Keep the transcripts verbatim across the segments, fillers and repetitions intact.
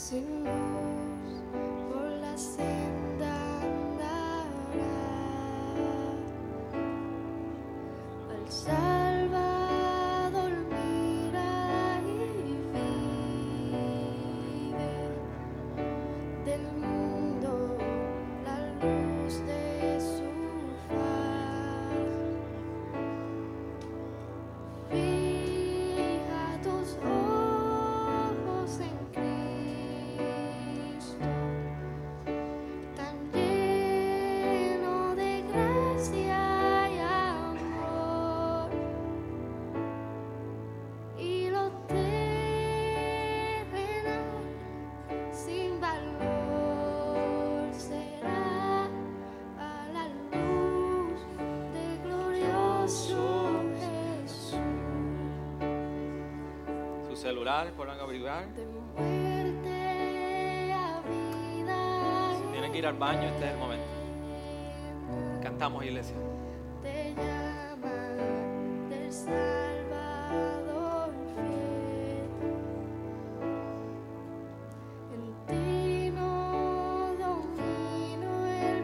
Sin luz por la senda andará, al Salvador mira y vive, del mundo la luz de su faz. Fija tus ojos en Cristo, tan lleno de gracia y amor, y lo terrenal sin valor será a la luz del glorioso Jesús. Su celular, pueden averiguar. De muerte a vida. Si tienen que ir al baño, este es el momento. Cantamos, iglesia. Te llama del Salvador fiel. En ti no domino el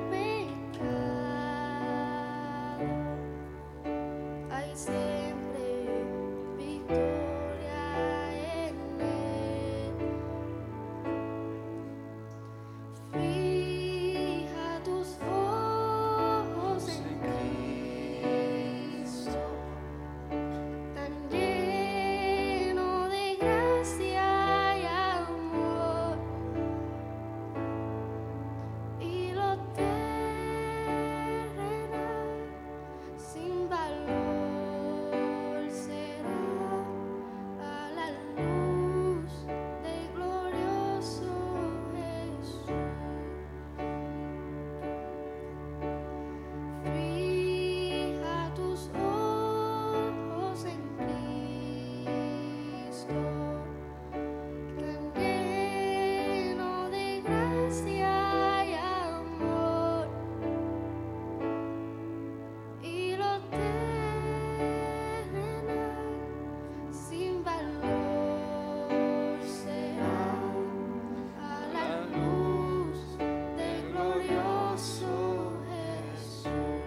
pecado. Hay siempre victoria en él. Fija tus ojos en Cristo, tan lleno de gracia y amor, y lo terrenal sin valor será a la luz del glorioso Jesús. Fija tus ojos en Cristo, tan lleno de gracia y amor, y lo terrenal sin valor será a la luz del glorioso Jesús.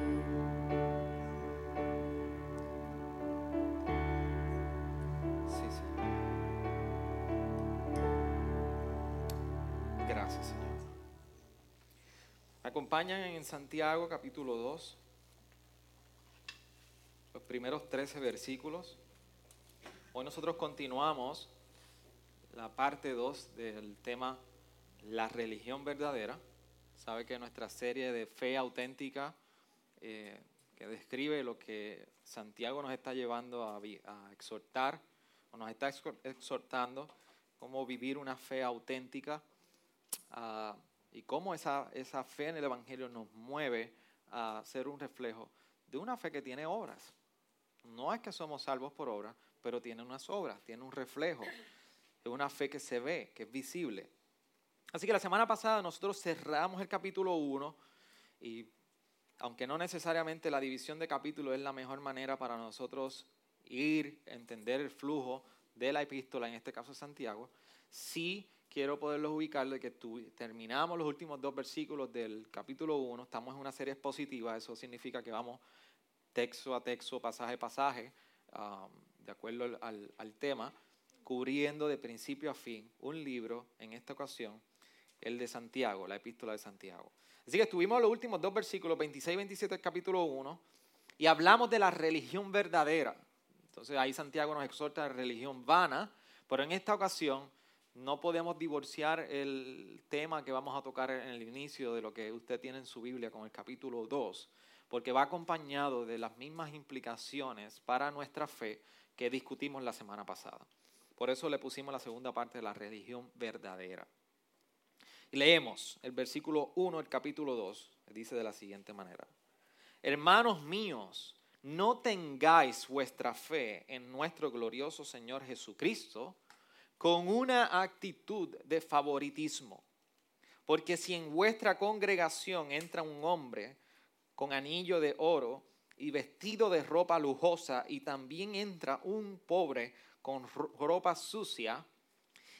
Sí, Señor. Gracias, Señor. Me acompañan en Santiago capítulo dos, los primeros trece versículos. Hoy nosotros continuamos la parte dos del tema La religión verdadera. Sabe que nuestra serie de fe auténtica eh, que describe lo que Santiago nos está llevando a, vi- a exhortar, o nos está exhor- exhortando cómo vivir una fe auténtica, ah, y cómo esa, esa fe en el Evangelio nos mueve a ser un reflejo de una fe que tiene obras. No es que somos salvos por obras, pero tiene unas obras, tiene un reflejo. Es una fe que se ve, que es visible. Así que la semana pasada nosotros cerramos el capítulo uno y aunque no necesariamente la división de capítulos es la mejor manera para nosotros ir, entender el flujo de la epístola, en este caso Santiago, sí quiero poderlos ubicar de que tu, terminamos los últimos dos versículos del capítulo uno, estamos en una serie expositiva, eso significa que vamos texto a texto, pasaje a pasaje, um, de acuerdo al, al, al tema, cubriendo de principio a fin un libro, en esta ocasión, el de Santiago, la epístola de Santiago. Así que estuvimos en los últimos dos versículos, veintiséis y veintisiete del capítulo uno, y hablamos de la religión verdadera. Entonces ahí Santiago nos exhorta a la religión vana, pero en esta ocasión no podemos divorciar el tema que vamos a tocar en el inicio de lo que usted tiene en su Biblia con el capítulo dos, porque va acompañado de las mismas implicaciones para nuestra fe que discutimos la semana pasada. Por eso le pusimos la segunda parte de la religión verdadera. Y leemos el versículo uno del capítulo dos, dice de la siguiente manera: Hermanos míos, no tengáis vuestra fe en nuestro glorioso Señor Jesucristo con una actitud de favoritismo. Porque si en vuestra congregación entra un hombre con anillo de oro y vestido de ropa lujosa, y también entra un pobre con ropa sucia,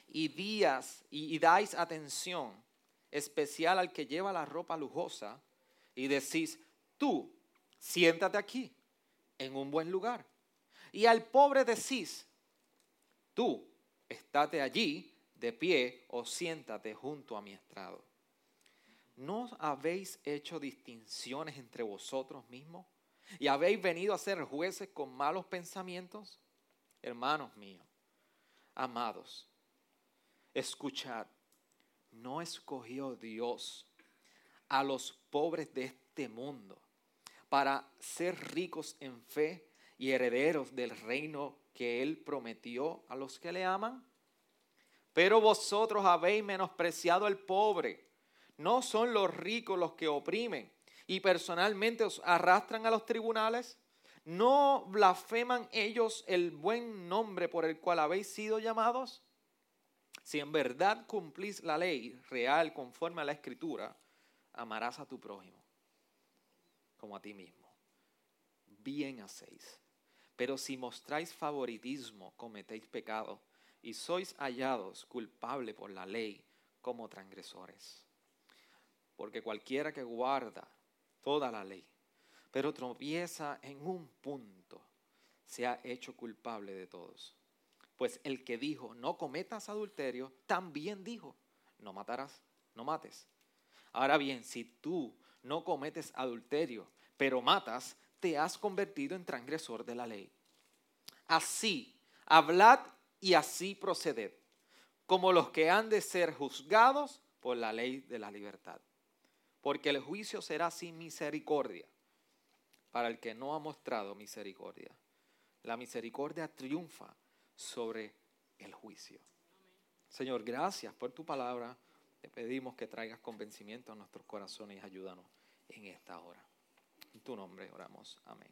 y, días, y, y dais atención especial al que lleva la ropa lujosa y decís, tú, siéntate aquí, en un buen lugar. Y al pobre decís, tú, estate allí de pie o siéntate junto a mi estrado. ¿No habéis hecho distinciones entre vosotros mismos? ¿Y habéis venido a ser jueces con malos pensamientos? Hermanos míos, amados, escuchad, ¿no escogió Dios a los pobres de este mundo para ser ricos en fe y herederos del reino que Él prometió a los que le aman? Pero vosotros habéis menospreciado al pobre. ¿No son los ricos los que oprimen y personalmente os arrastran a los tribunales? ¿No blasfeman ellos el buen nombre por el cual habéis sido llamados? Si en verdad cumplís la ley real conforme a la Escritura, amarás a tu prójimo como a ti mismo. Bien hacéis. Pero si mostráis favoritismo, cometéis pecado y sois hallados culpables por la ley como transgresores. Porque cualquiera que guarda toda la ley, pero tropieza en un punto, se ha hecho culpable de todos. Pues el que dijo, no cometas adulterio, también dijo, no matarás, no mates. Ahora bien, si tú no cometes adulterio, pero matas, te has convertido en transgresor de la ley. Así, hablad y así proceded, como los que han de ser juzgados por la ley de la libertad. Porque el juicio será sin misericordia para el que no ha mostrado misericordia. La misericordia triunfa sobre el juicio. Señor, gracias por tu palabra. Te pedimos que traigas convencimiento a nuestros corazones y ayúdanos en esta hora. En tu nombre oramos. Amén.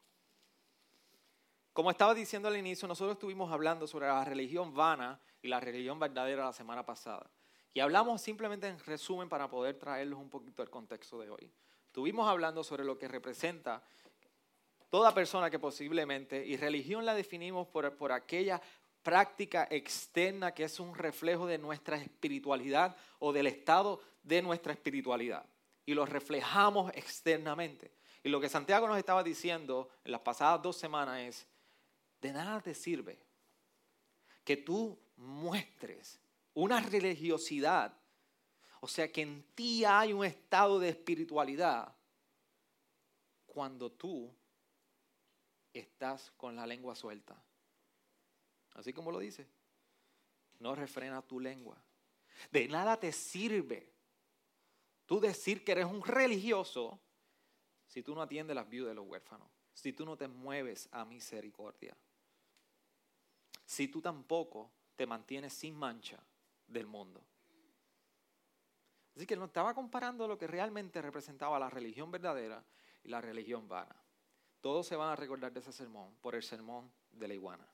Como estaba diciendo al inicio, nosotros estuvimos hablando sobre la religión vana y la religión verdadera la semana pasada. Y hablamos simplemente en resumen para poder traerlos un poquito al contexto de hoy. Estuvimos hablando sobre lo que representa toda persona que posiblemente, y religión la definimos por, por aquella práctica externa que es un reflejo de nuestra espiritualidad o del estado de nuestra espiritualidad. Y lo reflejamos externamente. Y lo que Santiago nos estaba diciendo en las pasadas dos semanas es, de nada te sirve que tú muestres una religiosidad, o sea que en ti hay un estado de espiritualidad cuando tú estás con la lengua suelta. Así como lo dice, no refrena tu lengua. De nada te sirve tú decir que eres un religioso si tú no atiendes las viudas de los huérfanos, si tú no te mueves a misericordia, si tú tampoco te mantienes sin mancha del mundo. Así que no estaba comparando lo que realmente representaba la religión verdadera y la religión vana. Todos se van a recordar de ese sermón por el sermón de la iguana.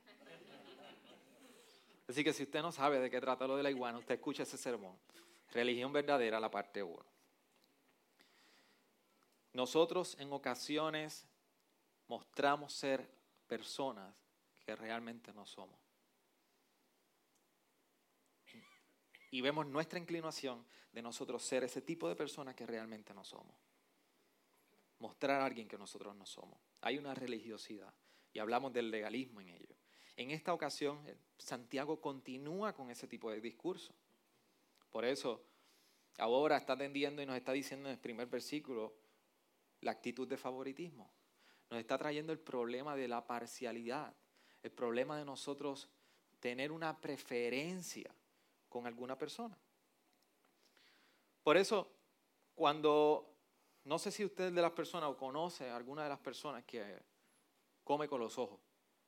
Así que si usted no sabe de qué trata lo de la iguana, usted escucha ese sermón. Religión verdadera, la parte uno. Nosotros en ocasiones mostramos ser personas que realmente no somos. Y vemos nuestra inclinación de nosotros ser ese tipo de personas que realmente no somos. Mostrar a alguien que nosotros no somos. Hay una religiosidad y hablamos del legalismo en ello. En esta ocasión, Santiago continúa con ese tipo de discurso. Por eso, ahora está atendiendo y nos está diciendo en el primer versículo la actitud de favoritismo. Nos está trayendo el problema de la parcialidad, el problema de nosotros tener una preferencia con alguna persona. Por eso, cuando, no sé si usted de las personas o conoce a alguna de las personas que come con los ojos.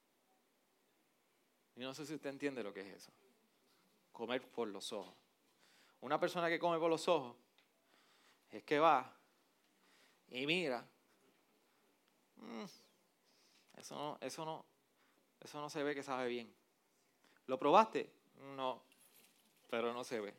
Y no sé si usted entiende lo que es eso. Comer por los ojos. Una persona que come por los ojos es que va y mira. Mmm, eso no, eso no, eso no se ve que sabe bien. ¿Lo probaste? No, pero no se ve.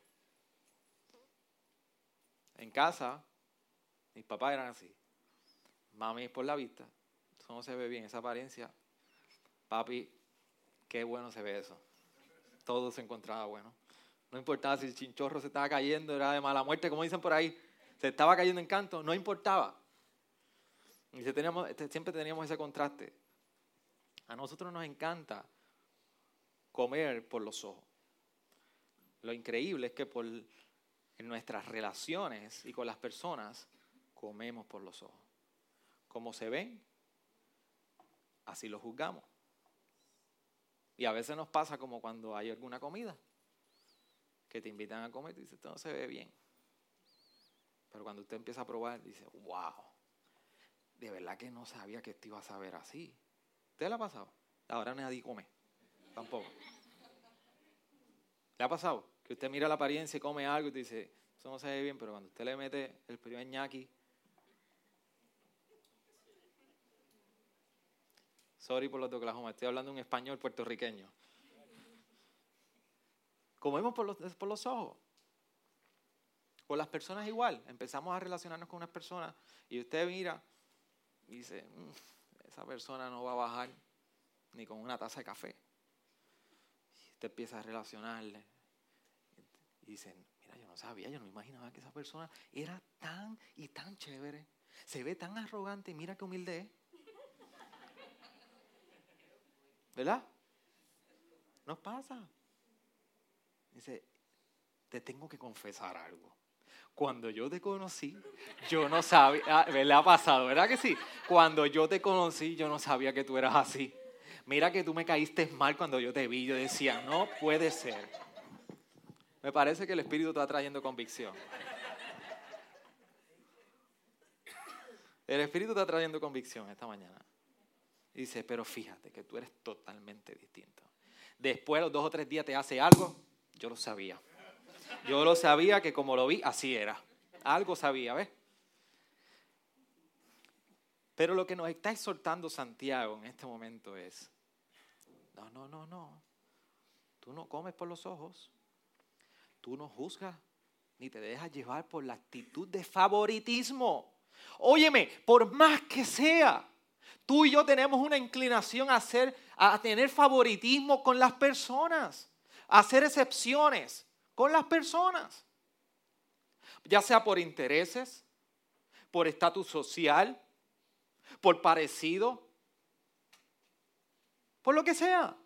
En casa, mis papás eran así. Mami es por la vista. Eso no se ve bien, esa apariencia. Papi, qué bueno se ve eso. todo se encontraba bueno. No importaba si el chinchorro se estaba cayendo, era de mala muerte, como dicen por ahí, se estaba cayendo en canto, no importaba. Y teníamos, siempre teníamos ese contraste. A nosotros nos encanta comer por los ojos. Lo increíble es que por, en nuestras relaciones y con las personas comemos por los ojos. Como se ven, así lo juzgamos. Y a veces nos pasa como cuando hay alguna comida que te invitan a comer y dices, esto no se ve bien. Pero cuando usted empieza a probar, dice, wow, de verdad que no sabía que esto iba a saber así. ¿Usted le ha pasado? Ahora nadie come, tampoco. ¿Le ha pasado? Que usted mira la apariencia y come algo y te dice, eso no se ve bien, pero cuando usted le mete el primer ñaqui, sorry por los de Oklahoma, estoy hablando un español puertorriqueño. Comemos por los, por los ojos. Con las personas igual. Empezamos a relacionarnos con unas personas y usted mira y dice, mmm, esa persona no va a bajar ni con una taza de café. Y usted empieza a relacionarle y dice, mira, yo no sabía, yo no me imaginaba que esa persona era tan y tan chévere. Se ve tan arrogante y mira qué humilde es. ¿Verdad? Nos pasa. Dice, te tengo que confesar algo. Cuando yo te conocí, yo no sabía, ¿le ha pasado, verdad que sí? Cuando yo te conocí, yo no sabía que tú eras así. Mira que tú me caíste mal cuando yo te vi. Yo decía, no puede ser. Me parece que el Espíritu está trayendo convicción. El Espíritu está trayendo convicción esta mañana. Y dice, pero fíjate que tú eres totalmente distinto. Después, los dos o tres días te hace algo, yo lo sabía. Yo lo sabía que como lo vi, así era. Algo sabía, ¿ves? Pero lo que nos está exhortando Santiago en este momento es, no, no, no, no. Tú no comes por los ojos. Tú no juzgas, ni te dejas llevar por la actitud de favoritismo. Óyeme, por más que sea, tú y yo tenemos una inclinación a, hacer, a tener favoritismo con las personas, a hacer excepciones con las personas, ya sea por intereses, por estatus social, por parecido, por lo que sea.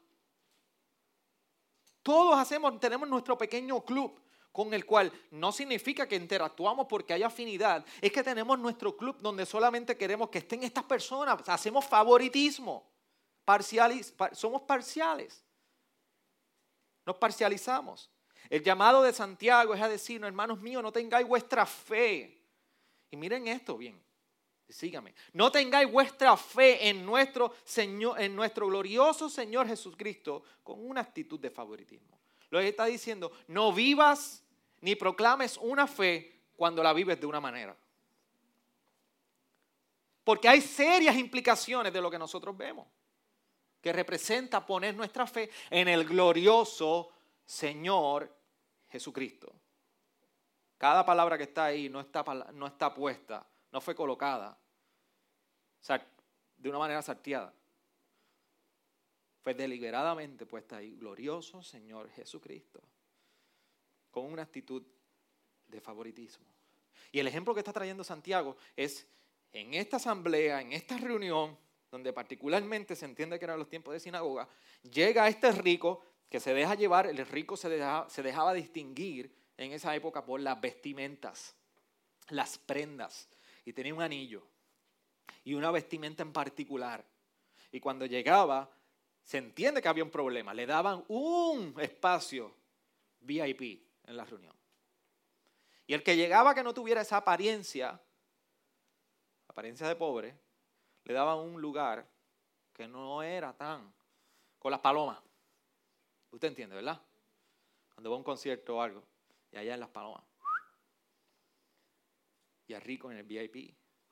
Todos hacemos, tenemos nuestro pequeño club con el cual no significa que interactuamos porque hay afinidad. Es que tenemos nuestro club donde solamente queremos que estén estas personas. Hacemos favoritismo. Parcialis, somos parciales. Nos parcializamos. El llamado de Santiago es a decirnos, hermanos míos, no tengáis vuestra fe. Y miren esto bien. Síganme. No tengáis vuestra fe en nuestro Señor, en nuestro glorioso Señor Jesucristo con una actitud de favoritismo. Lo que está diciendo, no vivas ni proclames una fe cuando la vives de una manera. Porque hay serias implicaciones de lo que nosotros vemos, que representa poner nuestra fe en el glorioso Señor Jesucristo. Cada palabra que está ahí no está, no está puesta, no fue colocada de una manera salteada. Fue deliberadamente puesta ahí, glorioso Señor Jesucristo, con una actitud de favoritismo. Y el ejemplo que está trayendo Santiago es en esta asamblea, en esta reunión, donde particularmente se entiende que eran los tiempos de sinagoga, llega este rico que se deja llevar, el rico se dejaba, se dejaba distinguir en esa época por las vestimentas, las prendas, y tenía un anillo y una vestimenta en particular. Y cuando llegaba, se entiende que había un problema, le daban un espacio V I P en la reunión. Y el que llegaba que no tuviera esa apariencia, apariencia de pobre, le daban un lugar que no era tan, con las palomas. Usted entiende, ¿verdad? Cuando va a un concierto o algo, y allá en las palomas. Y a rico en el V I P.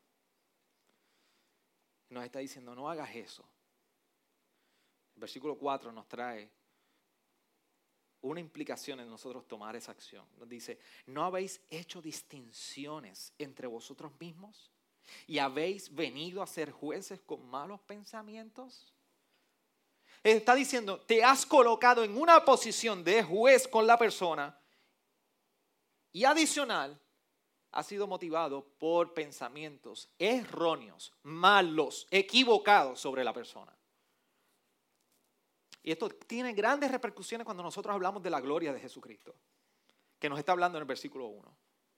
Nos está diciendo, no hagas eso. El versículo cuatro nos trae una implicación en nosotros tomar esa acción. Nos dice, ¿no habéis hecho distinciones entre vosotros mismos? ¿Y habéis venido a ser jueces con malos pensamientos? Está diciendo, te has colocado en una posición de juez con la persona y adicional, ha sido motivado por pensamientos erróneos, malos, equivocados sobre la persona. Y esto tiene grandes repercusiones cuando nosotros hablamos de la gloria de Jesucristo, que nos está hablando en el versículo uno.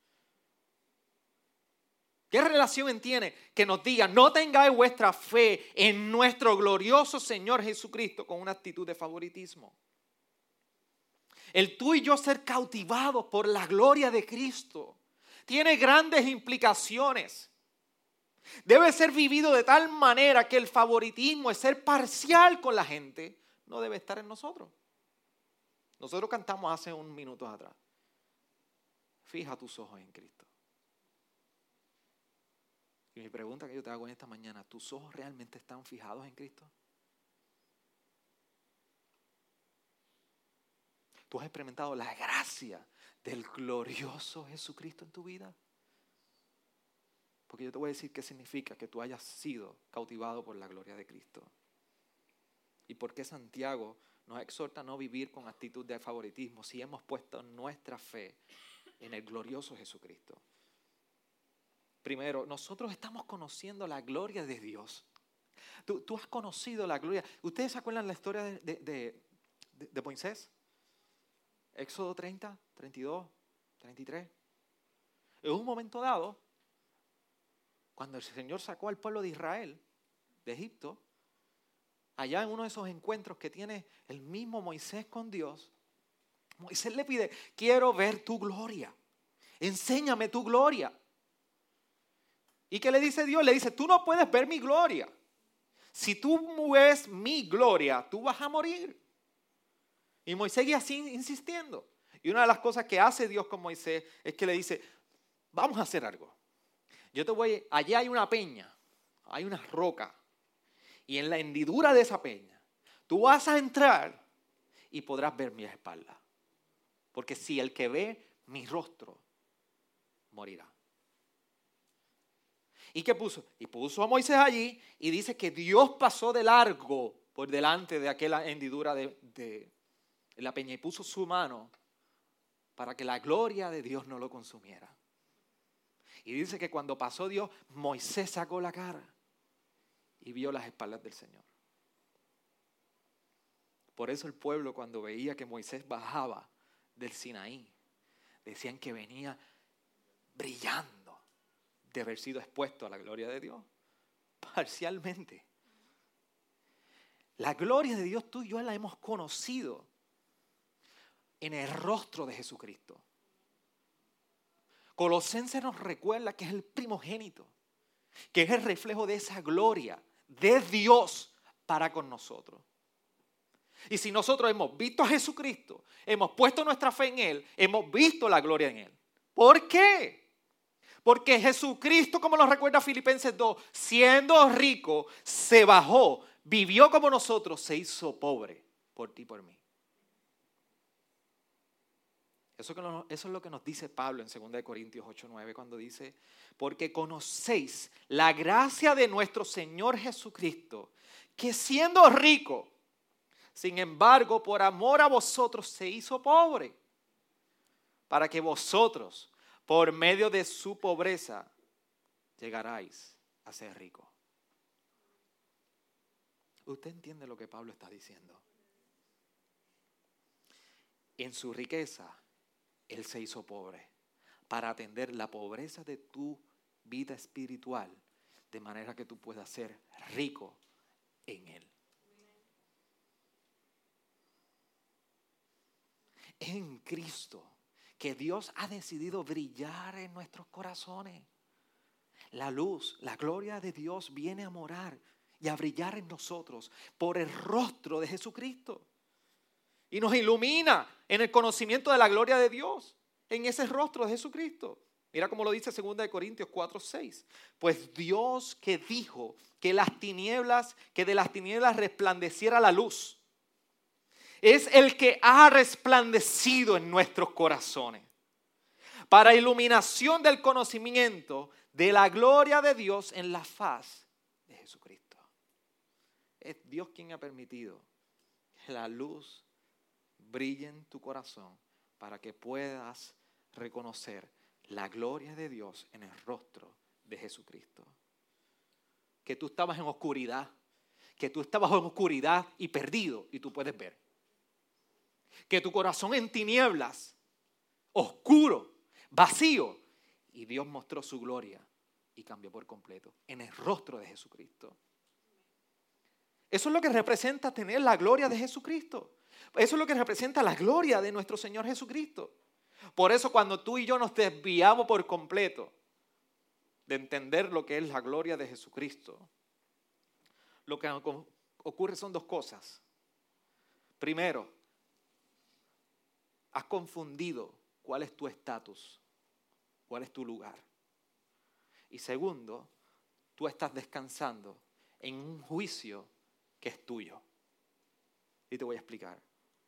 ¿Qué relación tiene que nos diga, no tengáis vuestra fe en nuestro glorioso Señor Jesucristo con una actitud de favoritismo? El tú y yo ser cautivados por la gloria de Cristo tiene grandes implicaciones. Debe ser vivido de tal manera que el favoritismo, es ser parcial con la gente, no debe estar en nosotros. Nosotros cantamos hace un minuto atrás. Fija tus ojos en Cristo. Y mi pregunta que yo te hago en esta mañana, ¿tus ojos realmente están fijados en Cristo? ¿Tú has experimentado la gracia del glorioso Jesucristo en tu vida? Porque yo te voy a decir qué significa que tú hayas sido cautivado por la gloria de Cristo. Y por qué Santiago nos exhorta a no vivir con actitud de favoritismo si hemos puesto nuestra fe en el glorioso Jesucristo. Primero, nosotros estamos conociendo la gloria de Dios. Tú, tú has conocido la gloria. ¿Ustedes se acuerdan la historia de, de, de, de Moisés? Éxodo treinta, treinta y dos, treinta y tres. En un momento dado, cuando el Señor sacó al pueblo de Israel de Egipto, allá en uno de esos encuentros que tiene el mismo Moisés con Dios, Moisés le pide, quiero ver tu gloria, enséñame tu gloria. ¿Y qué le dice Dios? Le dice, tú no puedes ver mi gloria. Si tú ves mi gloria, tú vas a morir. Y Moisés sigue así insistiendo. Y una de las cosas que hace Dios con Moisés es que le dice, vamos a hacer algo. Yo te voy, allá hay una peña, hay una roca. Y en la hendidura de esa peña, tú vas a entrar y podrás ver mi espalda. Porque si el que ve mi rostro, morirá. ¿Y qué puso? Y puso a Moisés allí y dice que Dios pasó de largo por delante de aquella hendidura de, de la peña y puso su mano para que la gloria de Dios no lo consumiera. Y dice que cuando pasó Dios, Moisés sacó la cara y vio las espaldas del Señor. Por eso el pueblo, cuando veía que Moisés bajaba del Sinaí, decían que venía brillando de haber sido expuesto a la gloria de Dios, parcialmente. La gloria de Dios tú y yo la hemos conocido en el rostro de Jesucristo. Colosenses nos recuerda que es el primogénito, que es el reflejo de esa gloria de Dios para con nosotros. Y si nosotros hemos visto a Jesucristo, hemos puesto nuestra fe en Él, hemos visto la gloria en Él. ¿Por qué? Porque Jesucristo, como nos recuerda Filipenses dos, siendo rico, se bajó, vivió como nosotros, se hizo pobre por ti y por mí. Eso, que no, eso es lo que nos dice Pablo en segunda de Corintios ocho nueve cuando dice, porque conocéis la gracia de nuestro Señor Jesucristo, que siendo rico, sin embargo, por amor a vosotros se hizo pobre, para que vosotros, por medio de su pobreza, llegaráis a ser ricos. ¿Usted entiende lo que Pablo está diciendo? En su riqueza, Él se hizo pobre para atender la pobreza de tu vida espiritual, de manera que tú puedas ser rico en Él. En Cristo, que Dios ha decidido brillar en nuestros corazones. La luz, la gloria de Dios viene a morar y a brillar en nosotros por el rostro de Jesucristo. Y nos ilumina en el conocimiento de la gloria de Dios, en ese rostro de Jesucristo. Mira cómo lo dice segunda de Corintios cuatro seis. Pues Dios que dijo que las tinieblas, que de las tinieblas resplandeciera la luz, es el que ha resplandecido en nuestros corazones para iluminación del conocimiento de la gloria de Dios en la faz de Jesucristo. Es Dios quien ha permitido la luz brille en tu corazón para que puedas reconocer la gloria de Dios en el rostro de Jesucristo. Que tú estabas en oscuridad, que tú estabas en oscuridad y perdido y tú puedes ver. Que tu corazón en tinieblas, oscuro, vacío, y Dios mostró su gloria y cambió por completo en el rostro de Jesucristo. Eso es lo que representa tener la gloria de Jesucristo. Eso es lo que representa la gloria de nuestro Señor Jesucristo. Por eso cuando tú y yo nos desviamos por completo de entender lo que es la gloria de Jesucristo, lo que ocurre son dos cosas. Primero, has confundido cuál es tu estatus, cuál es tu lugar. Y segundo, tú estás descansando en un juicio que es tuyo. Y te voy a explicar.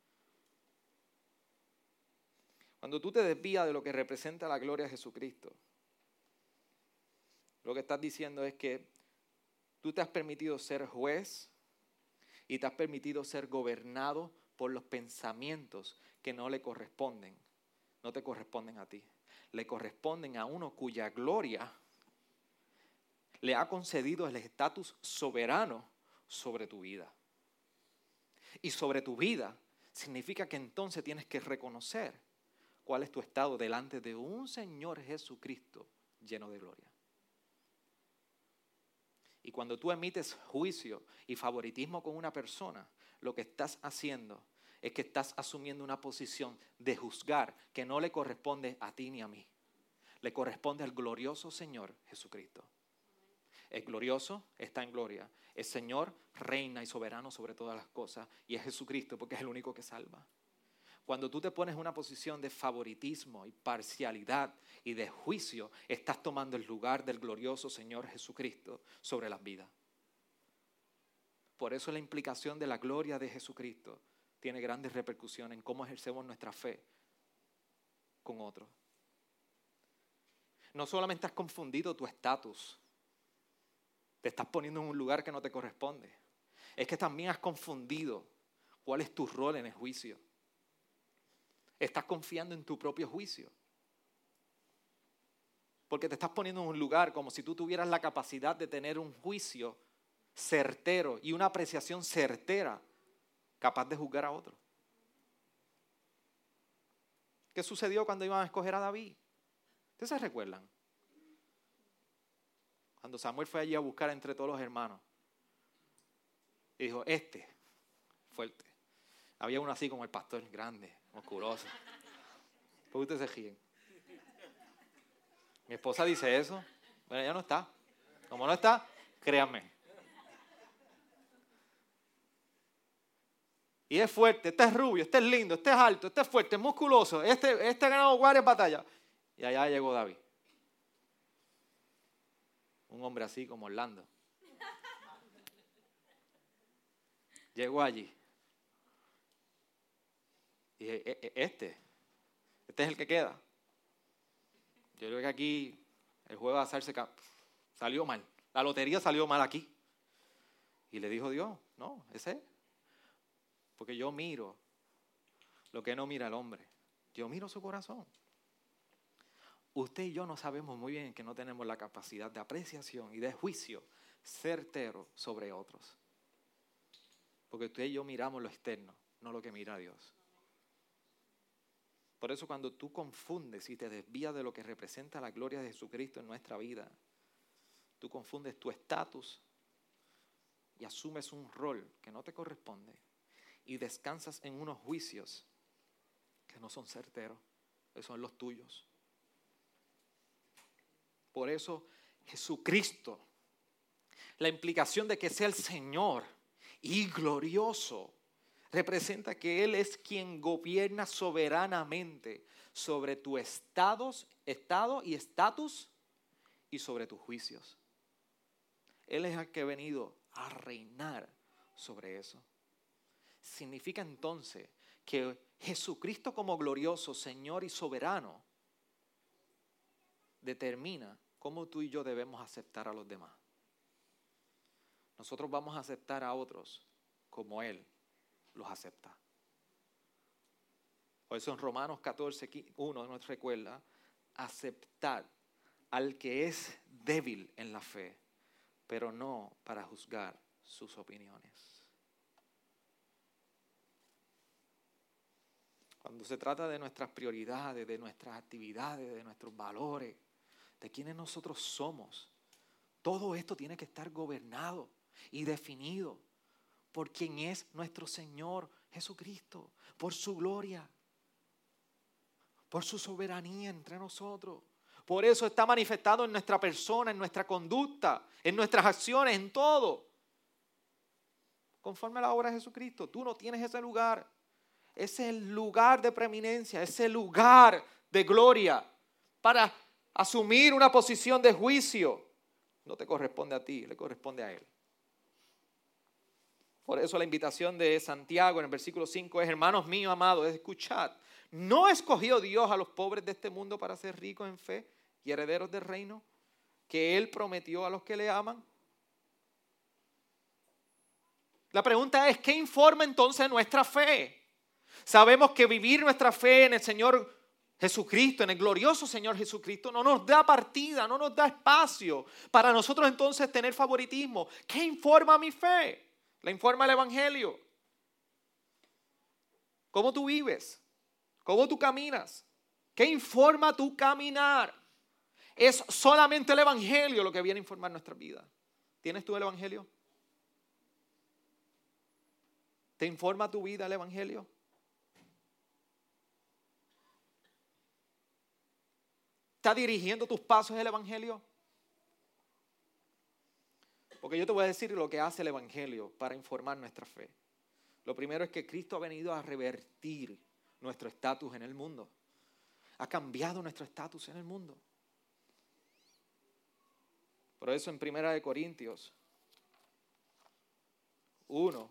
Cuando tú te desvías de lo que representa la gloria de Jesucristo, lo que estás diciendo es que tú te has permitido ser juez y te has permitido ser gobernado por los pensamientos que no le corresponden. No te corresponden a ti. Le corresponden a uno cuya gloria le ha concedido el estatus soberano sobre tu vida. Y sobre tu vida significa que entonces tienes que reconocer cuál es tu estado delante de un Señor Jesucristo lleno de gloria. Y cuando tú emites juicio y favoritismo con una persona, lo que estás haciendo es que estás asumiendo una posición de juzgar que no le corresponde a ti ni a mí. Le corresponde al glorioso Señor Jesucristo. Es glorioso, está en gloria. El Señor reina y soberano sobre todas las cosas. Y es Jesucristo porque es el único que salva. Cuando tú te pones en una posición de favoritismo y parcialidad y de juicio, estás tomando el lugar del glorioso Señor Jesucristo sobre las vidas. Por eso la implicación de la gloria de Jesucristo tiene grandes repercusiones en cómo ejercemos nuestra fe con otros. No solamente has confundido tu estatus, te estás poniendo en un lugar que no te corresponde. Es que también has confundido cuál es tu rol en el juicio. Estás confiando en tu propio juicio. Porque te estás poniendo en un lugar como si tú tuvieras la capacidad de tener un juicio certero y una apreciación certera capaz de juzgar a otro. ¿Qué sucedió cuando iban a escoger a David? ¿Ustedes se recuerdan? Cuando Samuel fue allí a buscar entre todos los hermanos. Y dijo, este, fuerte. Había uno así como el pastor, grande, musculoso. ¿Por qué ustedes se ríen? Mi esposa dice eso. Bueno, ella no está. Como no está, créanme. Y es fuerte, este es rubio, este es lindo, este es alto, este es fuerte, es musculoso, este, este ha ganado varias batallas. Y allá llegó David. Un hombre así como Orlando. Llegó allí. Y dije, este, este es el que queda. Yo creo que aquí el juego de azar se salió mal. La lotería salió mal aquí. Y le dijo Dios, no, ese es. Porque yo miro lo que no mira el hombre. Yo miro su corazón. Usted y yo no sabemos muy bien que no tenemos la capacidad de apreciación y de juicio certero sobre otros. Porque usted y yo miramos lo externo, no lo que mira Dios. Por eso cuando tú confundes y te desvías de lo que representa la gloria de Jesucristo en nuestra vida, tú confundes tu estatus y asumes un rol que no te corresponde y descansas en unos juicios que no son certeros, que son los tuyos. Por eso Jesucristo, la implicación de que sea el Señor y glorioso, representa que Él es quien gobierna soberanamente sobre tu estados, estado y estatus y sobre tus juicios. Él es el que ha venido a reinar sobre eso. Significa entonces que Jesucristo como glorioso, Señor y soberano, determina cómo tú y yo debemos aceptar a los demás. Nosotros vamos a aceptar a otros como Él los acepta. Por eso en Romanos catorce, uno nos recuerda, aceptar al que es débil en la fe, pero no para juzgar sus opiniones. Cuando se trata de nuestras prioridades, de nuestras actividades, de nuestros valores, de quienes nosotros somos, todo esto tiene que estar gobernado y definido por quien es nuestro Señor Jesucristo, por su gloria, por su soberanía entre nosotros. Por eso está manifestado en nuestra persona, en nuestra conducta, en nuestras acciones, en todo. Conforme a la obra de Jesucristo, tú no tienes ese lugar. Ese es el lugar de preeminencia, ese lugar de gloria para asumir una posición de juicio. No te corresponde a ti, le corresponde a Él. Por eso la invitación de Santiago en el versículo cinco es: hermanos míos amados, escuchad, ¿no escogió Dios a los pobres de este mundo para ser ricos en fe y herederos del reino que Él prometió a los que le aman? La pregunta es, ¿qué informa entonces nuestra fe? Sabemos que vivir nuestra fe en el Señor Jesucristo, en el glorioso Señor Jesucristo, no nos da partida, no nos da espacio para nosotros entonces tener favoritismo. ¿Qué informa mi fe? La informa el Evangelio. ¿Cómo tú vives? ¿Cómo tú caminas? ¿Qué informa tu caminar? Es solamente el Evangelio lo que viene a informar nuestra vida. ¿Tienes tú el Evangelio? ¿Te informa tu vida el Evangelio? ¿Está dirigiendo tus pasos el Evangelio? Porque yo te voy a decir lo que hace el Evangelio para informar nuestra fe. Lo primero es que Cristo ha venido a revertir nuestro estatus en el mundo. Ha cambiado nuestro estatus en el mundo. Por eso en Primera de Corintios uno,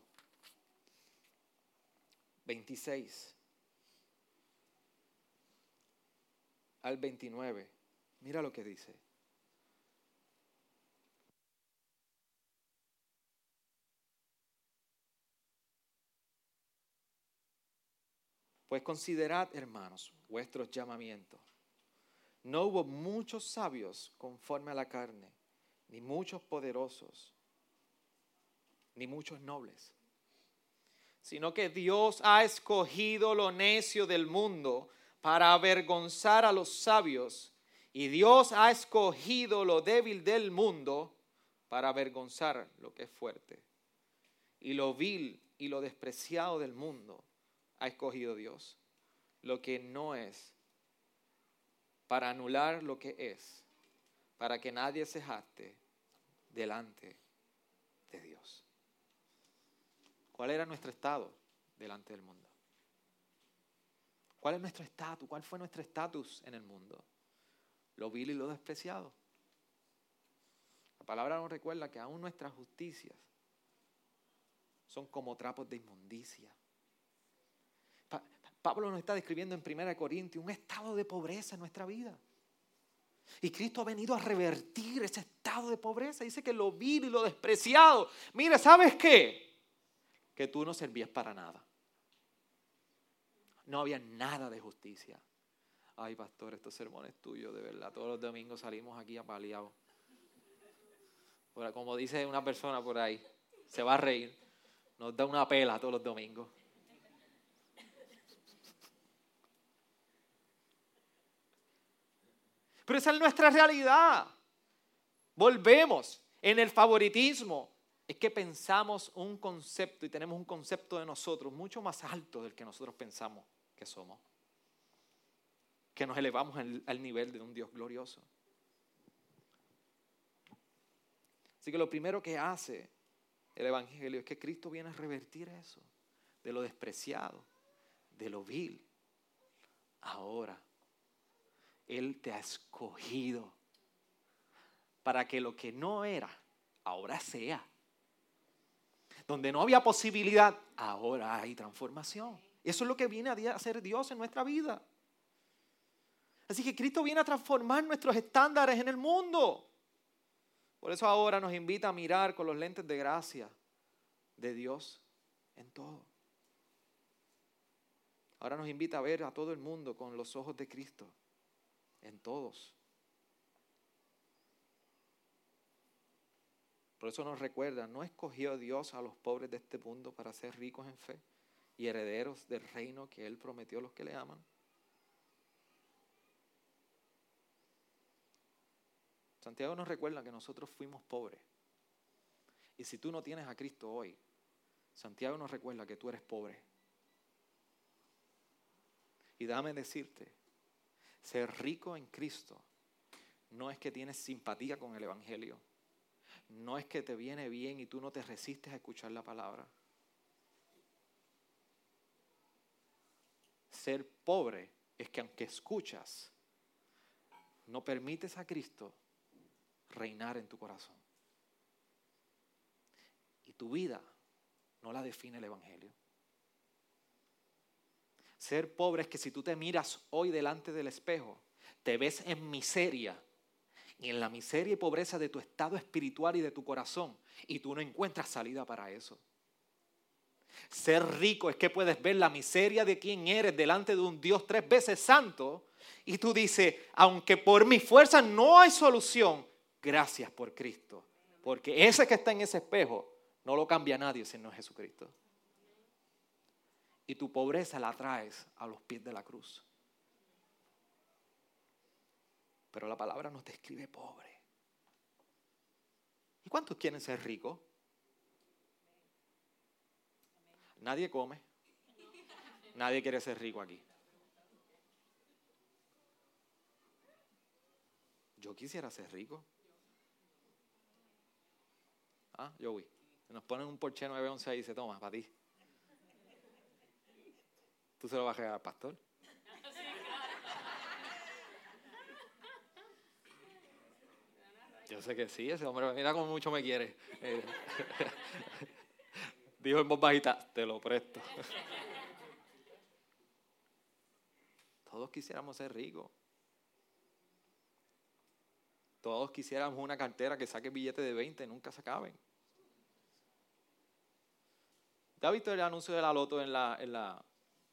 veintiséis al veintinueve, mira lo que dice. Pues considerad, hermanos, vuestros llamamientos. No hubo muchos sabios conforme a la carne, ni muchos poderosos, ni muchos nobles, sino que Dios ha escogido lo necio del mundo para avergonzar a los sabios, y Dios ha escogido lo débil del mundo para avergonzar lo que es fuerte. Y lo vil y lo despreciado del mundo ha escogido Dios, lo que no es, para anular lo que es, para que nadie se jacte delante de Dios. ¿Cuál era nuestro estado delante del mundo? ¿Cuál es nuestro estatus? ¿Cuál fue nuestro estatus en el mundo? Lo vil y lo despreciado. La palabra nos recuerda que aún nuestras justicias son como trapos de inmundicia. Pa- Pablo nos está describiendo en Primera de Corintios un estado de pobreza en nuestra vida. Y Cristo ha venido a revertir ese estado de pobreza. Dice que lo vil y lo despreciado. Mira, ¿sabes qué? Que tú no servías para nada. No había nada de justicia. Ay, pastor, estos sermones tuyos, de verdad. Todos los domingos salimos aquí apaleados. Como dice una persona por ahí, se va a reír. Nos da una pela todos los domingos. Pero esa es nuestra realidad. Volvemos en el favoritismo. Es que pensamos un concepto y tenemos un concepto de nosotros mucho más alto del que nosotros pensamos que somos. Que nos elevamos al, al nivel de un Dios glorioso. Así que lo primero que hace el Evangelio es que Cristo viene a revertir eso. De lo despreciado, de lo vil. Ahora, Él te ha escogido para que lo que no era, ahora sea. Donde no había posibilidad, ahora hay transformación. Eso es lo que viene a hacer Dios en nuestra vida. Así que Cristo viene a transformar nuestros estándares en el mundo. Por eso ahora nos invita a mirar con los lentes de gracia de Dios en todo. Ahora nos invita a ver a todo el mundo con los ojos de Cristo, en todos. Por eso nos recuerda, ¿no escogió Dios a los pobres de este mundo para ser ricos en fe y herederos del reino que Él prometió a los que le aman? Santiago nos recuerda que nosotros fuimos pobres. Y si tú no tienes a Cristo hoy, Santiago nos recuerda que tú eres pobre. Y déjame decirte, ser rico en Cristo no es que tienes simpatía con el Evangelio. No es que te viene bien y tú no te resistes a escuchar la palabra. Ser pobre es que aunque escuchas, no permites a Cristo reinar en tu corazón. Y tu vida no la define el Evangelio. Ser pobre es que si tú te miras hoy delante del espejo, te ves en miseria y en la miseria y pobreza de tu estado espiritual y de tu corazón, y tú no encuentras salida para eso. Ser rico es que puedes ver la miseria de quién eres delante de un Dios tres veces santo, y tú dices, aunque por mi fuerza no hay solución, gracias por Cristo, porque ese que está en ese espejo no lo cambia nadie si no es Jesucristo. Y tu pobreza la traes a los pies de la cruz. Pero la palabra nos describe pobre. ¿Y cuántos quieren ser ricos? Nadie come. Nadie quiere ser rico aquí. Yo quisiera ser rico. Ah, Joey. Nos ponen un Porsche nueve once ahí y se toma, para ti. ¿Tú se lo vas a regalar al pastor? Yo sé que sí, ese hombre, mira cómo mucho me quiere. Eh, dijo en voz bajita, te lo presto. Todos quisiéramos ser ricos. Todos quisiéramos una cartera que saque billetes de veinte y nunca se acaben. ¿Te has visto el anuncio de la loto en la... En la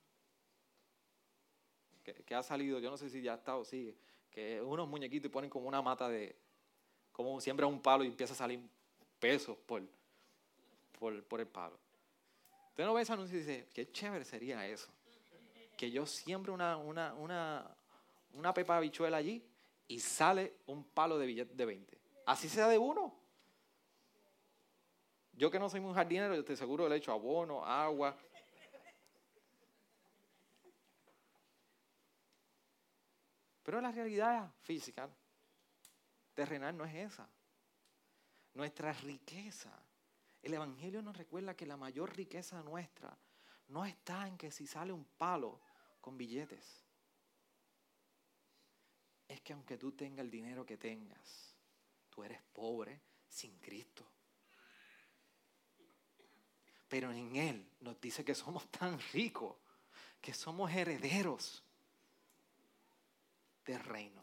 que, que ha salido? Yo no sé si ya está o sigue. Que unos muñequitos y ponen como una mata de... Como siembra un palo y empieza a salir pesos por, por, por el palo. Usted no ve ese anuncio y dice, qué chévere sería eso. Que yo siembre una, una, una, una pepa de habichuela allí y sale un palo de billete de veinte. Así sea de uno. Yo que no soy un jardinero, yo estoy seguro le echo abono, agua. Pero la realidad física, terrenal, no es esa. Nuestra riqueza. El Evangelio nos recuerda que la mayor riqueza nuestra no está en que si sale un palo con billetes. Es que aunque tú tengas el dinero que tengas, tú eres pobre sin Cristo. Pero en Él nos dice que somos tan ricos, que somos herederos del reino.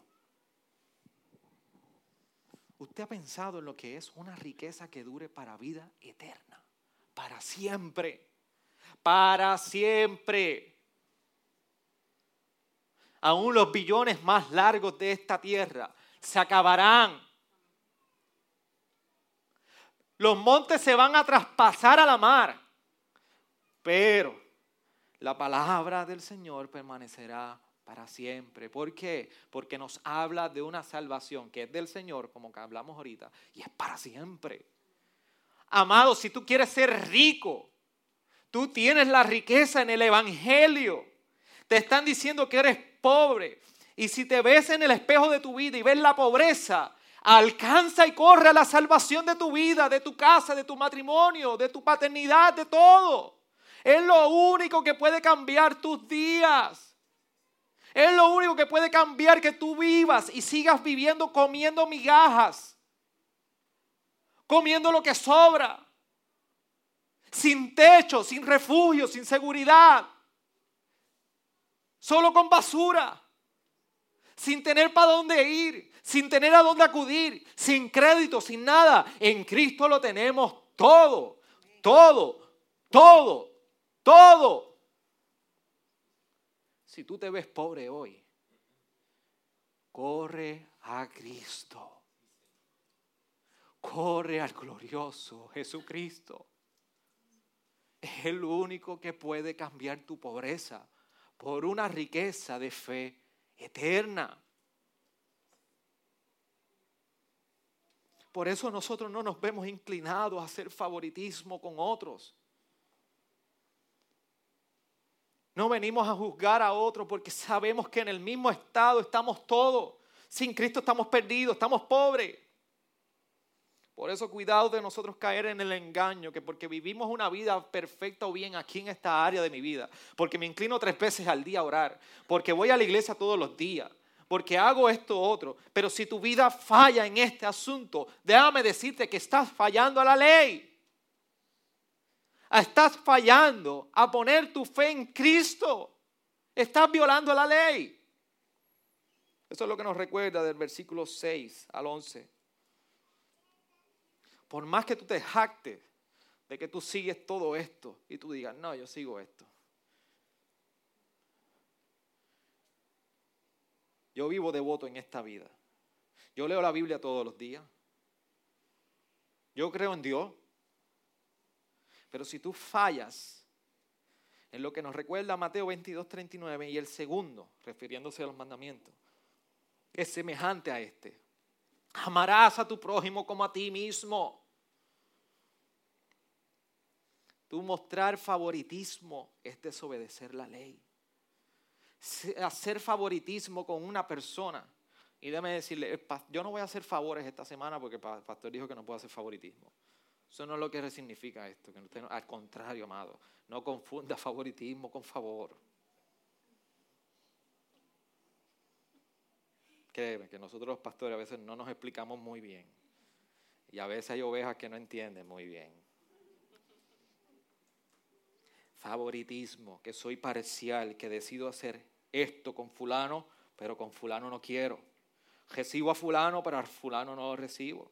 ¿Usted ha pensado en lo que es una riqueza que dure para vida eterna? Para siempre. Para siempre. Aún los billones más largos de esta tierra se acabarán. Los montes se van a traspasar a la mar. Pero la palabra del Señor permanecerá para siempre. ¿Por qué? Porque nos habla de una salvación que es del Señor, como que hablamos ahorita, y es para siempre. Amado, si tú quieres ser rico, tú tienes la riqueza en el Evangelio. Te están diciendo que eres pobre. Y si te ves en el espejo de tu vida y ves la pobreza, alcanza y corre a la salvación de tu vida, de tu casa, de tu matrimonio, de tu paternidad, de todo. Es lo único que puede cambiar tus días. Es lo único que puede cambiar que tú vivas y sigas viviendo comiendo migajas, comiendo lo que sobra, sin techo, sin refugio, sin seguridad, solo con basura, sin tener para dónde ir, sin tener a dónde acudir, sin crédito, sin nada. En Cristo lo tenemos todo, todo, todo, todo. Si tú te ves pobre hoy, corre a Cristo. Corre al glorioso Jesucristo. Es el único que puede cambiar tu pobreza por una riqueza de fe eterna. Por eso nosotros no nos vemos inclinados a hacer favoritismo con otros. No venimos a juzgar a otros porque sabemos que en el mismo estado estamos todos. Sin Cristo estamos perdidos, estamos pobres. Por eso cuidado de nosotros caer en el engaño, que porque vivimos una vida perfecta o bien aquí en esta área de mi vida, porque me inclino tres veces al día a orar, porque voy a la iglesia todos los días, porque hago esto otro, pero si tu vida falla en este asunto, déjame decirte que estás fallando a la ley. Estás fallando a poner tu fe en Cristo. Estás violando la ley. Eso es lo que nos recuerda del versículo seis al once. Por más que tú te jactes de que tú sigues todo esto y tú digas, no, yo sigo esto. Yo vivo devoto en esta vida. Yo leo la Biblia todos los días. Yo creo en Dios. Pero si tú fallas en lo que nos recuerda Mateo veintidós, treinta y nueve y el segundo, refiriéndose a los mandamientos, es semejante a este. Amarás a tu prójimo como a ti mismo. Tú mostrar favoritismo es desobedecer la ley. Hacer favoritismo con una persona. Y déjame decirle, yo no voy a hacer favores esta semana porque el pastor dijo que no puedo hacer favoritismo. Eso no es lo que significa esto. Que usted no, al contrario, amado, no confunda favoritismo con favor. Créeme que nosotros los pastores a veces no nos explicamos muy bien. Y a veces hay ovejas que no entienden muy bien. Favoritismo, que soy parcial, que decido hacer esto con fulano, pero con fulano no quiero. Recibo a fulano, pero a fulano no lo recibo.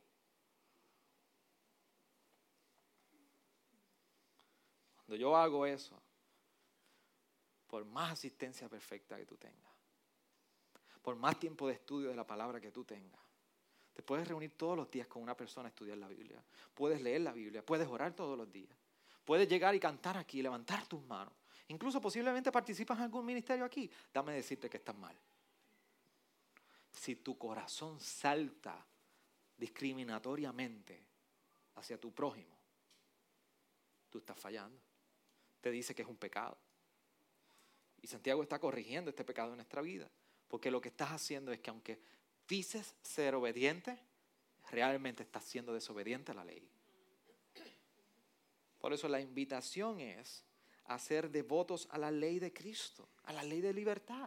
Cuando yo hago eso, por más asistencia perfecta que tú tengas, por más tiempo de estudio de la palabra que tú tengas, te puedes reunir todos los días con una persona a estudiar la Biblia. Puedes leer la Biblia, puedes orar todos los días. Puedes llegar y cantar aquí, levantar tus manos. Incluso posiblemente participas en algún ministerio aquí. Dame decirte que estás mal. Si tu corazón salta discriminatoriamente hacia tu prójimo, tú estás fallando. Te dice que es un pecado. Y Santiago está corrigiendo este pecado en nuestra vida. Porque lo que estás haciendo es que aunque dices ser obediente, realmente estás siendo desobediente a la ley. Por eso la invitación es a ser devotos a la ley de Cristo, a la ley de libertad.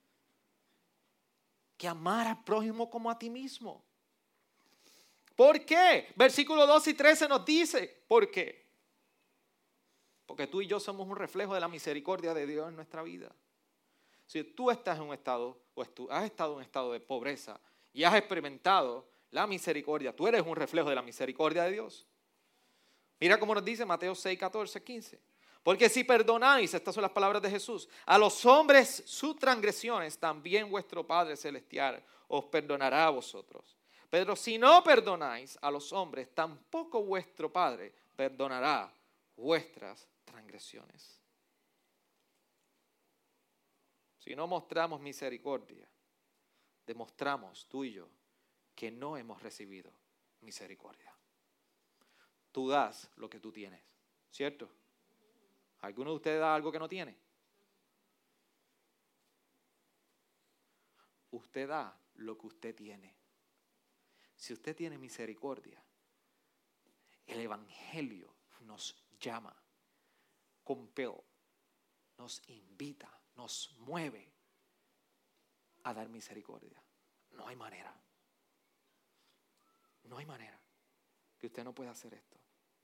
Que amar al prójimo como a ti mismo. ¿Por qué? Versículo doce y trece nos dice, ¿por qué? Porque tú y yo somos un reflejo de la misericordia de Dios en nuestra vida. Si tú estás en un estado, o tú has estado en un estado de pobreza y has experimentado la misericordia, tú eres un reflejo de la misericordia de Dios. Mira cómo nos dice Mateo seis, catorce, quince. Porque si perdonáis, estas son las palabras de Jesús, a los hombres sus transgresiones, también vuestro Padre Celestial os perdonará a vosotros. Pero si no perdonáis a los hombres, tampoco vuestro Padre perdonará vuestras transgresiones. Si no mostramos misericordia, demostramos tú y yo que no hemos recibido misericordia. Tú das lo que tú tienes, ¿cierto? ¿Alguno de ustedes da algo que no tiene? Usted da lo que usted tiene. Si usted tiene misericordia, el Evangelio nos llama, compel, nos invita, nos mueve a dar misericordia. No hay manera. No hay manera que usted no pueda hacer esto.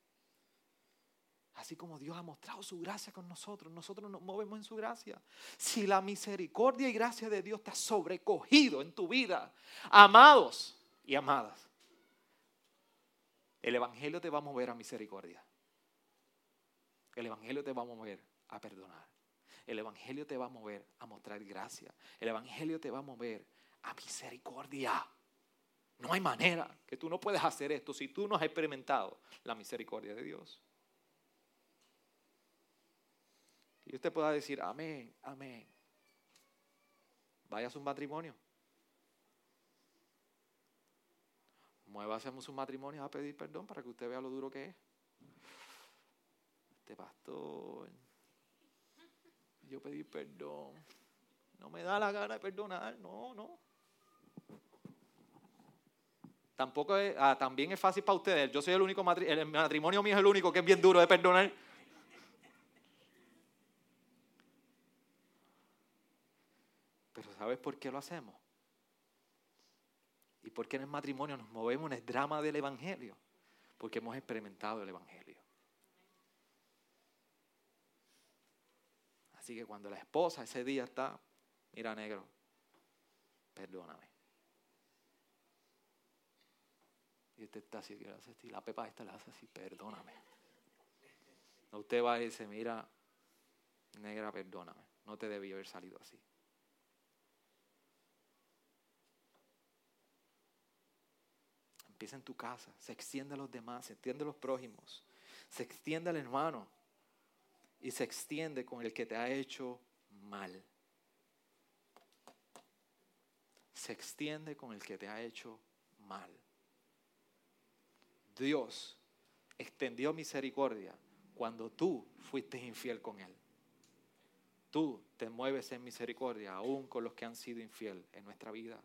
Así como Dios ha mostrado su gracia con nosotros, nosotros nos movemos en su gracia. Si la misericordia y gracia de Dios te ha sobrecogido en tu vida, amados y amadas, el Evangelio te va a mover a misericordia. El Evangelio te va a mover a perdonar. El evangelio te va a mover a mostrar gracia. El evangelio te va a mover a misericordia. No hay manera que tú no puedas hacer esto si tú no has experimentado la misericordia de Dios. Y usted pueda decir, amén, amén. Vaya a su matrimonio. Muévase a su matrimonio a pedir perdón para que usted vea lo duro que es. Este pastor, yo pedí perdón. No me da la gana de perdonar, no, no. Tampoco es, ah, también es fácil para ustedes. Yo soy el único, matri- el matrimonio mío es el único que es bien duro de perdonar. Pero ¿sabes por qué lo hacemos? ¿Y por qué en el matrimonio nos movemos en el drama del evangelio? Porque hemos experimentado el evangelio. Así que cuando la esposa ese día está, mira negro, perdóname. Y usted está así, y la pepa esta le hace así, perdóname. No, usted va y dice, mira, negra, perdóname. No te debí haber salido así. Empieza en tu casa, se extiende a los demás, se extiende a los prójimos, se extiende al hermano y se extiende con el que te ha hecho mal. Se extiende con el que te ha hecho mal. Dios extendió misericordia cuando tú fuiste infiel con Él. Tú te mueves en misericordia aún con los que han sido infiel en nuestra vida.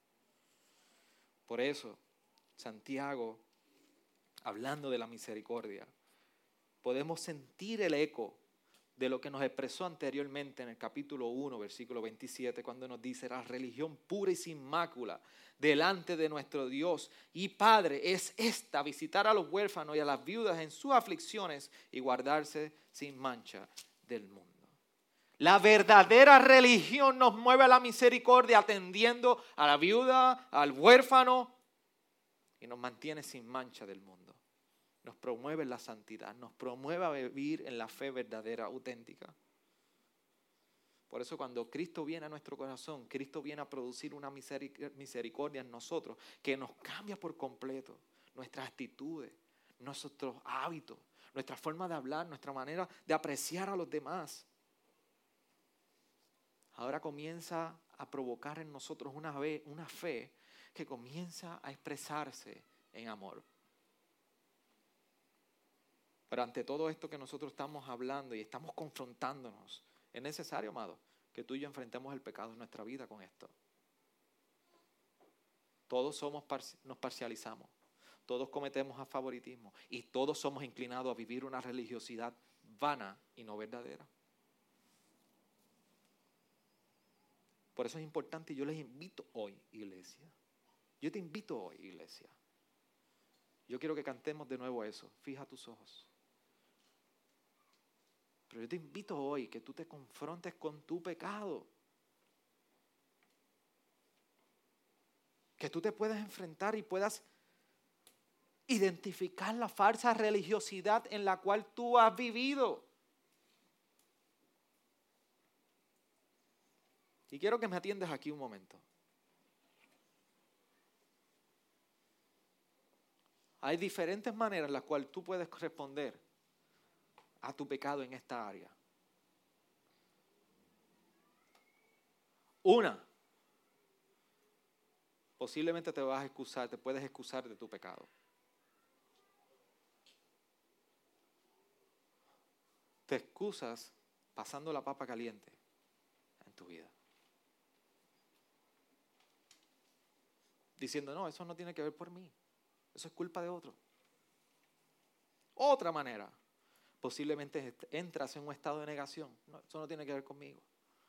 Por eso, Santiago, hablando de la misericordia, podemos sentir el eco de lo que nos expresó anteriormente en el capítulo uno, versículo veintisiete, cuando nos dice, la religión pura y sin mácula delante de nuestro Dios y Padre es esta, visitar a los huérfanos y a las viudas en sus aflicciones y guardarse sin mancha del mundo. La verdadera religión nos mueve a la misericordia atendiendo a la viuda, al huérfano y nos mantiene sin mancha del mundo. Nos promueve la santidad, nos promueve a vivir en la fe verdadera, auténtica. Por eso cuando Cristo viene a nuestro corazón, Cristo viene a producir una misericordia en nosotros que nos cambia por completo nuestras actitudes, nuestros hábitos, nuestra forma de hablar, nuestra manera de apreciar a los demás. Ahora comienza a provocar en nosotros una fe, una fe que comienza a expresarse en amor. Pero ante todo esto que nosotros estamos hablando y estamos confrontándonos, es necesario, amado, que tú y yo enfrentemos el pecado en nuestra vida con esto. Todos somos, nos parcializamos, todos cometemos favoritismo y todos somos inclinados a vivir una religiosidad vana y no verdadera. Por eso es importante y yo les invito hoy, iglesia. Yo te invito hoy, iglesia. Yo quiero que cantemos de nuevo eso. Fija tus ojos. Pero yo te invito hoy que tú te confrontes con tu pecado. Que tú te puedas enfrentar y puedas identificar la falsa religiosidad en la cual tú has vivido. Y quiero que me atiendas aquí un momento. Hay diferentes maneras en las cuales tú puedes responder a tu pecado en esta área. Una, posiblemente te vas a excusar, te puedes excusar de tu pecado. Te excusas pasando la papa caliente en tu vida. Diciendo, no, eso no tiene que ver por mí. Eso es culpa de otro. Otra manera, posiblemente entras en un estado de negación. No, eso no tiene que ver conmigo.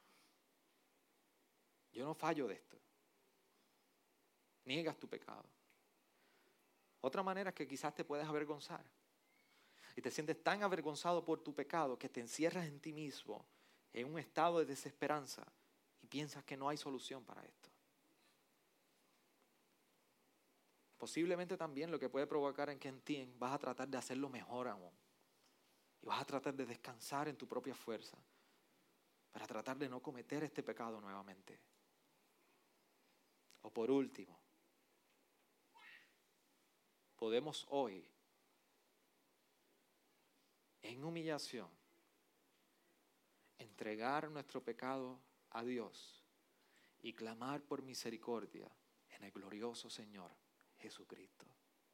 Yo no fallo de esto. Niegas tu pecado. Otra manera es que quizás te puedes avergonzar. Y te sientes tan avergonzado por tu pecado que te encierras en ti mismo en un estado de desesperanza y piensas que no hay solución para esto. Posiblemente también lo que puede provocar en que en ti vas a tratar de hacerlo mejor aún. Y vas a tratar de descansar en tu propia fuerza. para tratar de no cometer este pecado nuevamente. O por último, podemos hoy, en humillación, entregar nuestro pecado a Dios y clamar por misericordia en el glorioso Señor Jesucristo.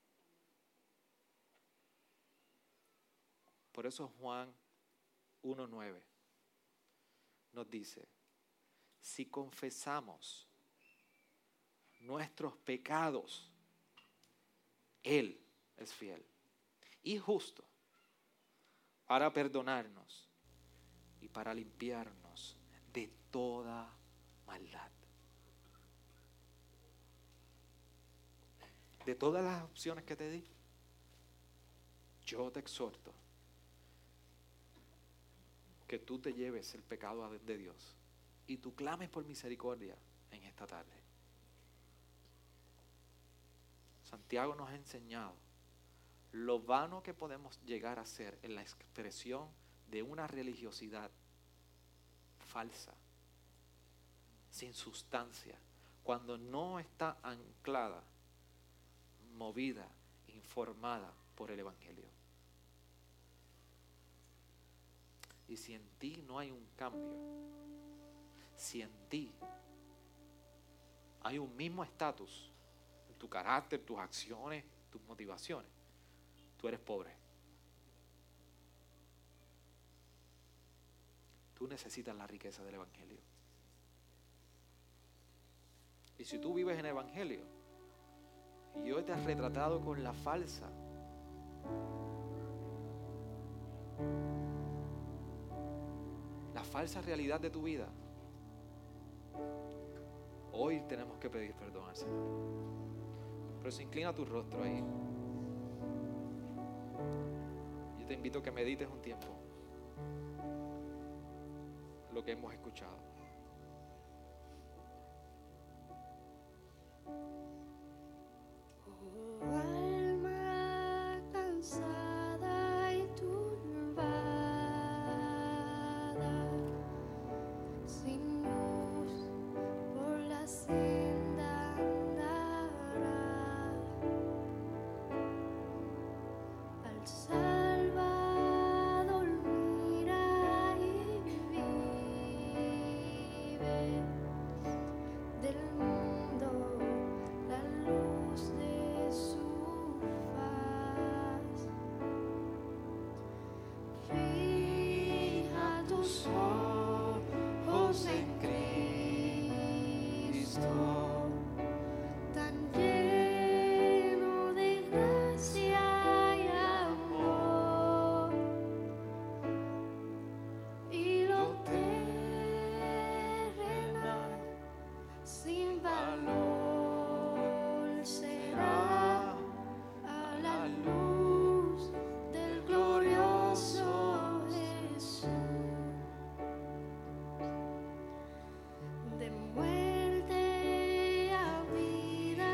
Por eso Juan uno nueve nos dice, si confesamos nuestros pecados, Él es fiel y justo para perdonarnos y para limpiarnos de toda maldad. De todas las opciones que te di, yo te exhorto que tú te lleves el pecado de Dios y tú clames por misericordia en esta tarde. Santiago nos ha enseñado lo vano que podemos llegar a ser en la expresión de una religiosidad falsa, sin sustancia, cuando no está anclada, movida, informada por el Evangelio. Y si en ti no hay un cambio, si en ti hay un mismo estatus, en tu carácter, tus acciones, tus motivaciones, tú eres pobre. Tú necesitas la riqueza del Evangelio. Y si tú vives en el Evangelio y hoy te has retratado con la falsa, la falsa realidad de tu vida, hoy tenemos que pedir perdón al Señor. Pero se inclina tu rostro ahí. Yo te invito a que medites un tiempo lo que hemos escuchado. Oh, alma cansada y turbada, sin luz por la senda andará, al Salvador mira y vive, del mundo la luz de su faz. Fija tus ojos en Cristo, tan lleno de gracia y amor, y lo terrenal sin valor será a la luz del glorioso Jesús. De muerte a vida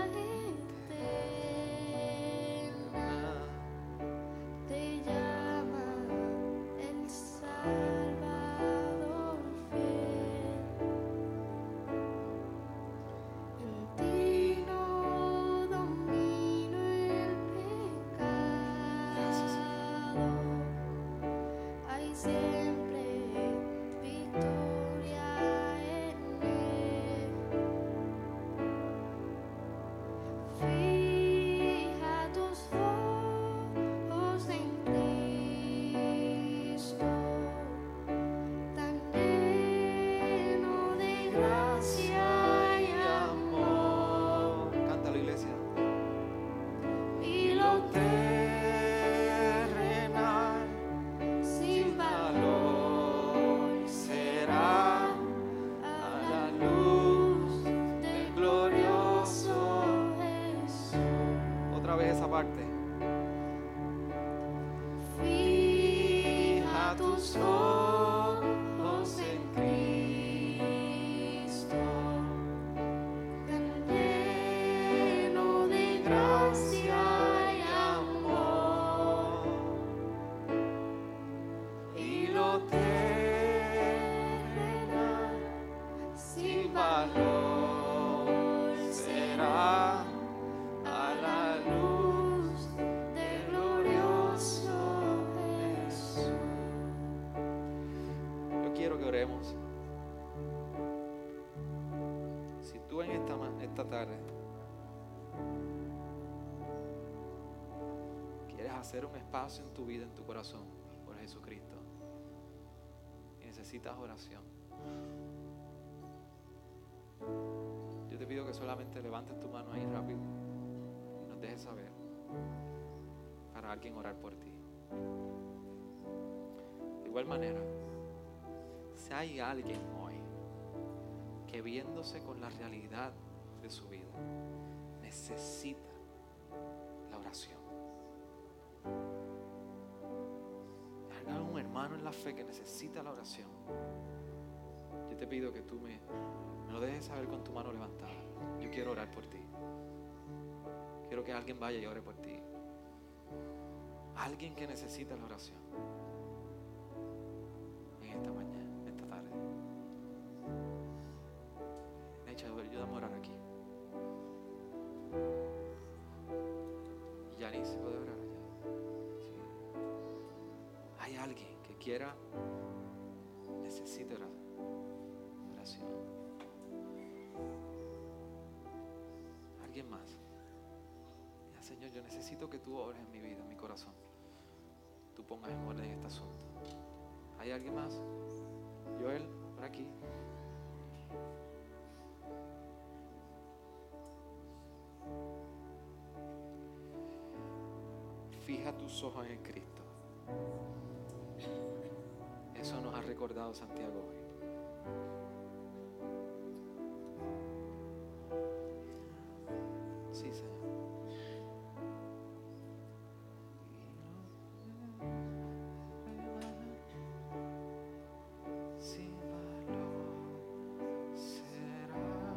eterna te llama el Salvador fiel. En ti no domino el pecado, hay siempre victoria en él. Fija tus ojos en Cristo, tan lleno de gracia y amor, Canta la iglesia. y lo terrenal sin valor será a la luz del glorioso Jesús. Otra vez esa parte. Fija tus ojos en Cristo, tan lleno de gracia y amor, y lo terrenal oremos. Si tú en esta, ma- esta tarde quieres hacer un espacio en tu vida, en tu corazón, por Jesucristo, y necesitas oración, yo te pido que solamente levantes tu mano ahí rápido y nos dejes saber para alguien orar por ti. De igual manera, si hay alguien hoy que viéndose con la realidad de su vida necesita la oración, hay un hermano en la fe que necesita la oración, yo te pido que tú me, me lo dejes saber con tu mano levantada. Yo quiero orar por ti. Quiero que alguien vaya y ore por ti. Alguien que necesita la oración en esta mañana, en esta tarde. Necha, ayúdame a orar aquí. Y Yanis, ¿puede orar allá? Sí. Hay alguien que quiera, necesita orar. Oración. Alguien más. Ya, Señor, yo necesito que tú obres en mi vida, en mi corazón. Tú pongas en orden este asunto. ¿Hay alguien más? Joel, por aquí. Fija tus ojos en Cristo. Eso nos ha recordado Santiago hoy. Sí, Señor. Sin valor será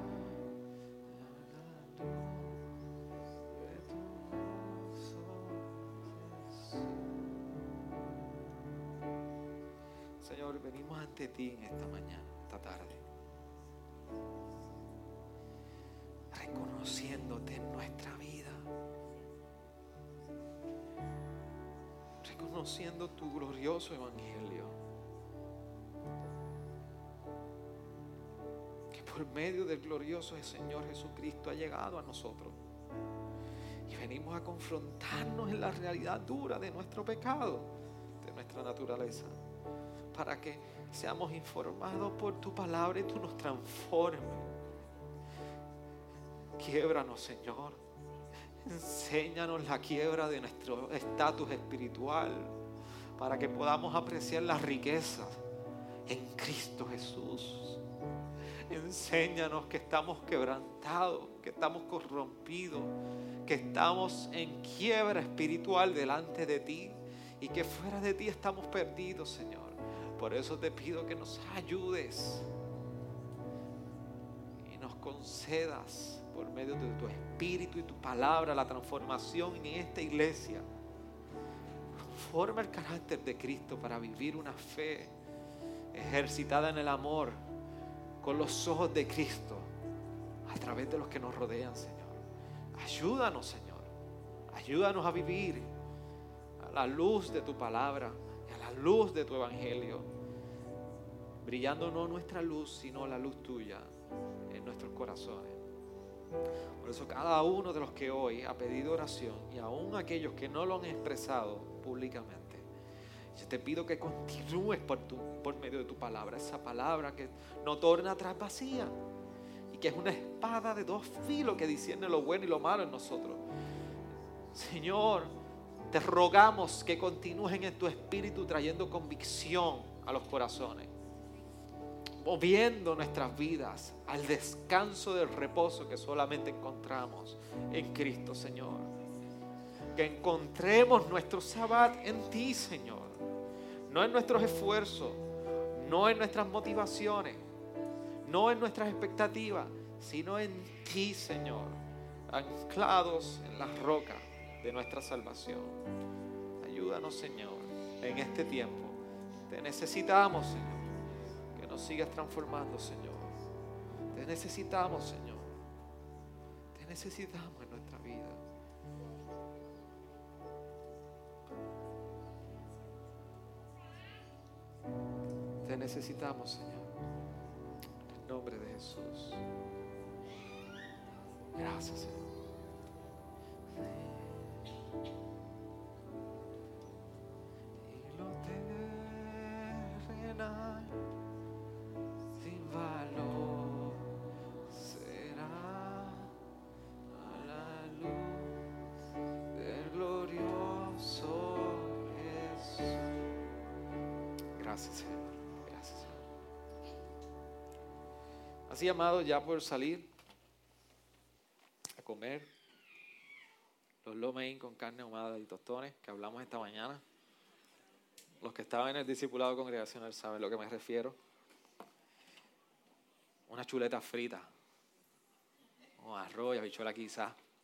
la luz de tus ojos, Jesús. Señor, venimos ante ti en esta mañana, esta tarde, reconociéndote en nuestra vida, reconociendo tu glorioso evangelio, que por medio del glorioso Señor Jesucristo ha llegado a nosotros, y venimos a confrontarnos en la realidad dura de nuestro pecado, de nuestra naturaleza, para que seamos informados por tu palabra y tú nos transformes. Quiébranos, Señor. Enséñanos la quiebra de nuestro estatus espiritual para que podamos apreciar las riquezas en Cristo Jesús. Enséñanos que estamos quebrantados, que estamos corrompidos, que estamos en quiebra espiritual delante de ti y que fuera de ti estamos perdidos, Señor. Por eso te pido que nos ayudes y nos concedas por medio de tu Espíritu y tu palabra la transformación en esta iglesia. Forma el carácter de Cristo para vivir una fe ejercitada en el amor, con los ojos de Cristo, a través de los que nos rodean, Señor. Ayúdanos, Señor. Ayúdanos a vivir a la luz de tu palabra y a la luz de tu evangelio, brillando no nuestra luz, sino la luz tuya en nuestros corazones. Por eso cada uno de los que hoy ha pedido oración, y aún aquellos que no lo han expresado públicamente, yo te pido que continúes por, tu, por medio de tu palabra, esa palabra que no torna atrás vacía y que es una espada de dos filos que discierne lo bueno y lo malo en nosotros. Señor, te rogamos que continúes en tu espíritu trayendo convicción a los corazones, moviendo nuestras vidas al descanso del reposo que solamente encontramos en Cristo, Señor. Que encontremos nuestro Sabbat en ti, Señor. No en nuestros esfuerzos, no en nuestras motivaciones, no en nuestras expectativas, sino en ti, Señor, anclados en la roca de nuestra salvación. Ayúdanos, Señor, en este tiempo. Te necesitamos, Señor. Que nos sigas transformando, Señor. Te necesitamos, Señor. Te necesitamos en nuestra vida. Te Te necesitamos, Señor. En el nombre de Jesús. Gracias, Señor. Y lo terrenal sin valor será a la luz del glorioso Jesús. Gracias, Señor. Gracias, Señor. Así, amados, ya por salir a comer los lo mein con carne ahumada y tostones que hablamos esta mañana. Los que estaban en el discipulado congregacional saben a lo que me refiero. Una chuleta frita, con arroz y habichuela quizás,